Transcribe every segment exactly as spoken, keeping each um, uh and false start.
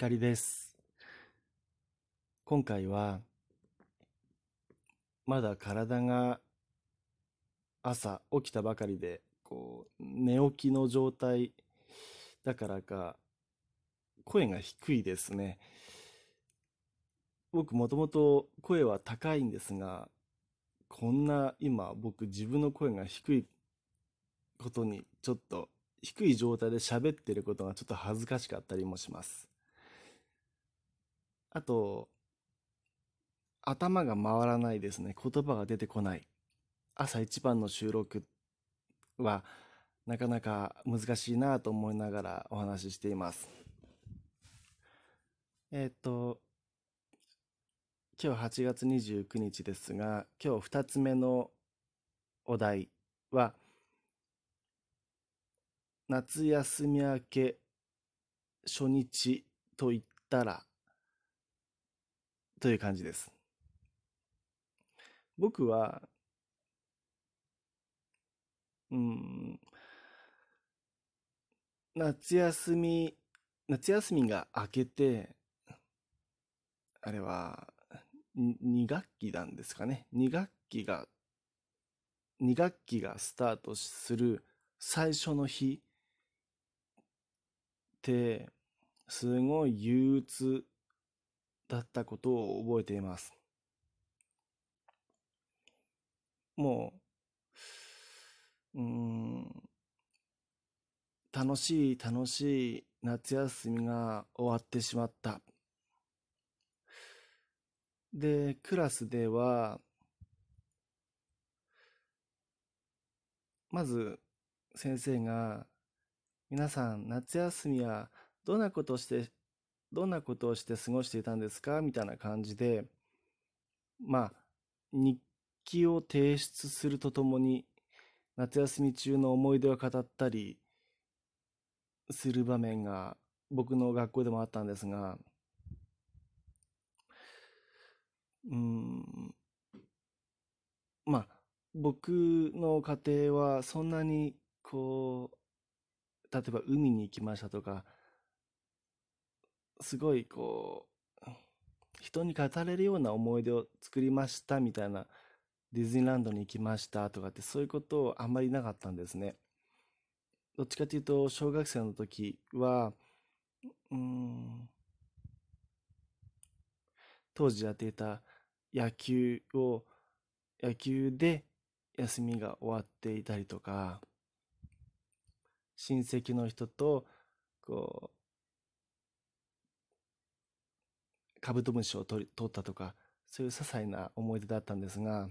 光です。今回はまだ体が朝起きたばかりでこう寝起きの状態だからか声が低いですね。僕もともと声は高いんですが、こんな今僕自分の声が低いことにちょっと低い状態で喋ってることがちょっと恥ずかしかったりもします。あと頭が回らないですね。言葉が出てこない。朝一番の収録はなかなか難しいなと思いながらお話ししています。えっと、今日はちがつにじゅうくにちですが、今日ふたつめのお題は、夏休み明け初日と言ったらという感じです。僕は、うん、夏休み、夏休みが明けて、あれは、に学期なんですかね。に学期がに学期がスタートする最初の日ってすごい憂鬱だったことを覚えています。もう、うーん、楽しい楽しい夏休みが終わってしまった。で、クラスでは、まず先生が、皆さん夏休みはどんなことをして、どんなことをして過ごしていたんですかみたいな感じで、まあ、日記を提出するとともに、夏休み中の思い出を語ったりする場面が僕の学校でもあったんですが、うーん、まあ、僕の家庭はそんなに、こう、例えば海に行きましたとか、すごいこう、人に語れるような思い出を作りましたみたいな、ディズニーランドに行きましたとかってそういうことをあんまりなかったんですね。どっちかというと、小学生の時は、うーん、当時やっていた野球を、野球で休みが終わっていたりとか、親戚の人と、こう、カブトムシを取り、取ったとか、そういう些細な思い出だったんですが、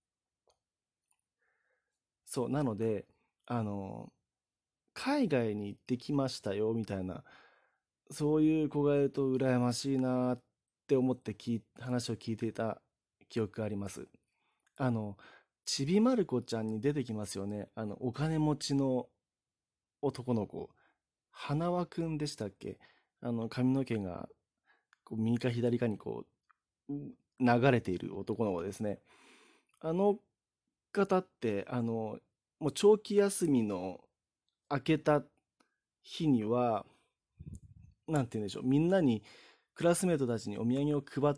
そう、なので、あの、海外に行ってきましたよ、みたいな、そういう子がいると羨ましいなって思って聞い話を聞いていた記憶があります。あの、ちびまる子ちゃんに出てきますよね。あの、お金持ちの男の子。花輪くんでしたっけ？あの、髪の毛がこう右か左かにこう、う流れている男の子ですね。あの方って、あの、もう長期休みの明けた日には、なんて言うんでしょう、みんなに、クラスメートたちにお土産を配って、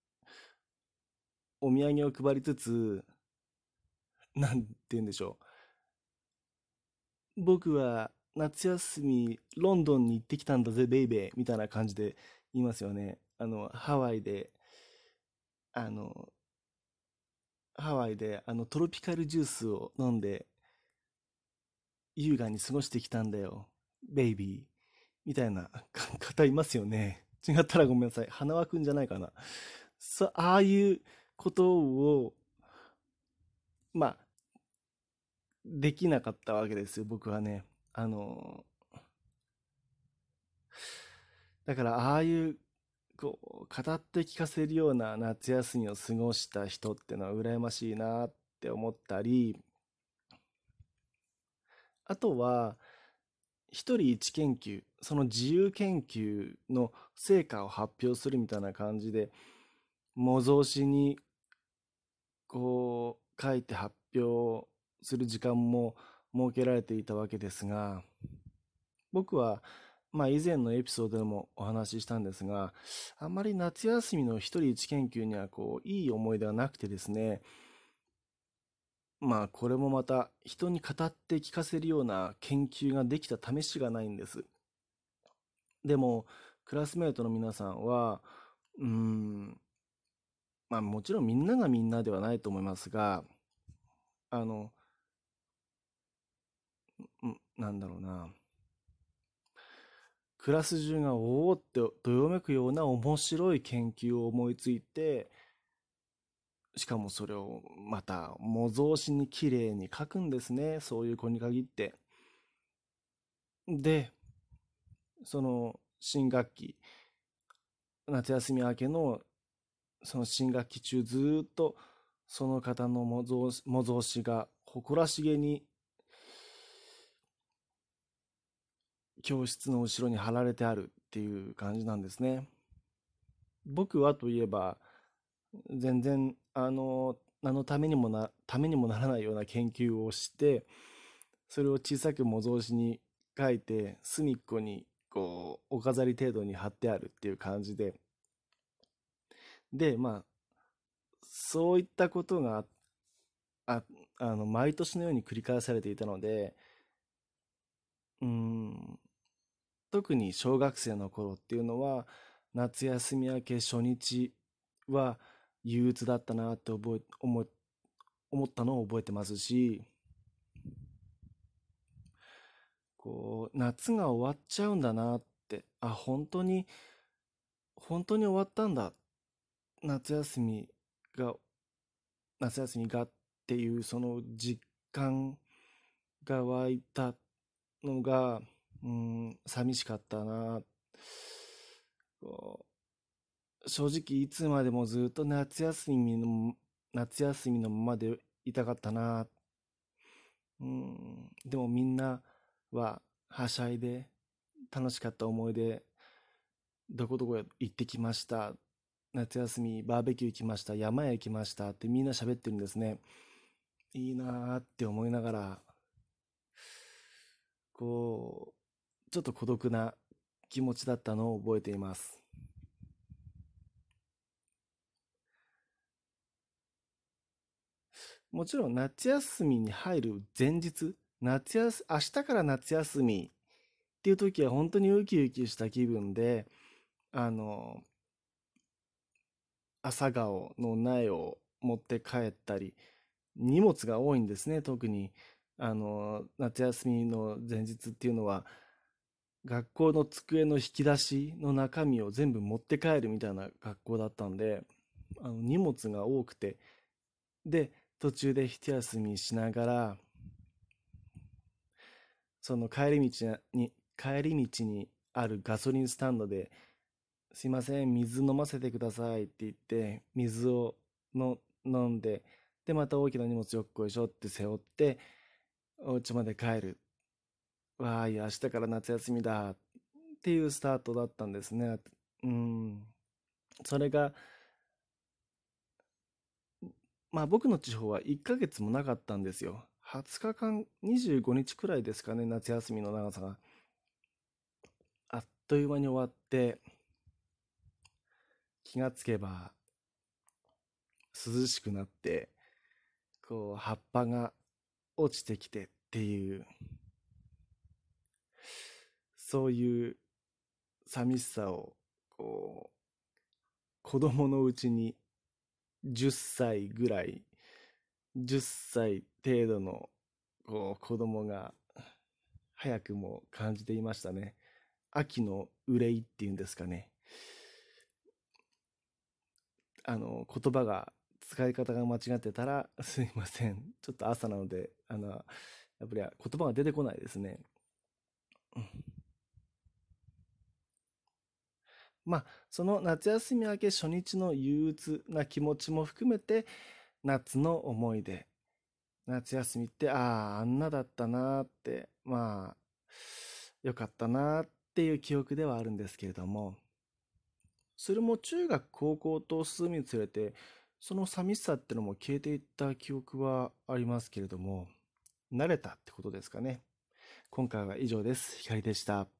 お土産を配りつつ、なんて言うんでしょう、僕は夏休みロンドンに行ってきたんだぜ、ベイベーみたいな感じで言いますよね。あの、ハワイで、あの、ハワイであのトロピカルジュースを飲んで優雅に過ごしてきたんだよ、ベイビーみたいな方いますよね。違ったらごめんなさい。花輪くんじゃないかな。さ、ああいうことを、まあ、できなかったわけですよ、僕はね。あの、だからああいう、こう、語って聞かせるような夏休みを過ごした人ってのは羨ましいなって思ったり、あとは、一人一研究、その自由研究の成果を発表するみたいな感じで、模造紙にこう書いて発表する時間も設けられていたわけですが、僕はまあ以前のエピソードでもお話ししたんですが、あんまり夏休みの一人一研究にはこう、いい思い出はなくてですね、まあこれもまた人に語って聞かせるような研究ができた試しがないんです。でも、クラスメートの皆さんは、うーん、まあもちろんみんながみんなではないと思いますが、あの、んなんだろうな、クラス中がおおってどよめくような面白い研究を思いついて、しかもそれをまた模造紙に綺麗に書くんですね。そういう子に限って。で、その新学期、夏休み明けのその新学期中ずーっとその方の模造模造紙が誇らしげに教室の後ろに貼られてあるっていう感じなんですね。僕はといえば全然あの何のためにもなためにもならないような研究をして、それを小さく模造紙に書いて隅っこにこうお飾り程度に貼ってあるっていう感じで、でまあそういったことがああの毎年のように繰り返されていたので、うーん特に小学生の頃っていうのは夏休み明け初日は憂鬱だったなって覚え思思ったのを覚えてますし、こう夏が終わっちゃうんだなって、あ本当に本当に終わったんだ、夏休みが夏休みがっていうその実感が湧いたのが、うん、寂しかったな。こう正直いつまでもずっと夏休みの夏休みのままでいたかったな。うん、でもみんなははしゃいで楽しかった思い出、どこどこへ行ってきました、夏休みバーベキュー行きました、山へ行きましたってみんな喋ってるんですね。いいなーって思いながら、こうちょっと孤独な気持ちだったのを覚えています。もちろん夏休みに入る前日、夏休明日から夏休みっていう時は本当にウキウキした気分で、あの朝顔の苗を持って帰ったり、荷物が多いんですね。特にあの夏休みの前日っていうのは学校の机の引き出しの中身を全部持って帰るみたいな学校だったんで、あの荷物が多くて、で途中で一休みしながら、その帰り道に帰り道にあるガソリンスタンドで「すいません、水飲ませてください」って言って水をの飲んで、でまた大きな荷物よっこいしょって背負ってお家まで帰る。わーい、明日から夏休みだっていうスタートだったんですね。うん。それが、まあ僕の地方はいっかげつもなかったんですよ。はつかかん、にじゅうごにちくらいですかね、夏休みの長さが。あっという間に終わって、気がつけば涼しくなって、こう、葉っぱが落ちてきてっていう、そういう寂しさを、こう、子供のうちにじゅっさいぐらい、じゅっさい程度のこう子供が早くも感じていましたね。秋の憂いっていうんですかね。あの、言葉が、使い方が間違ってたらすいません。ちょっと朝なので、あの、やっぱり言葉が出てこないですね。うん、まあ、その夏休み明け初日の憂鬱な気持ちも含めて、夏の思い出。夏休みって、ああ、あんなだったなーって、まあ、よかったなーっていう記憶ではあるんですけれども、それも中学、高校と進むにつれて、その寂しさってのも消えていった記憶はありますけれども、慣れたってことですかね。今回は以上です。ひかりでした。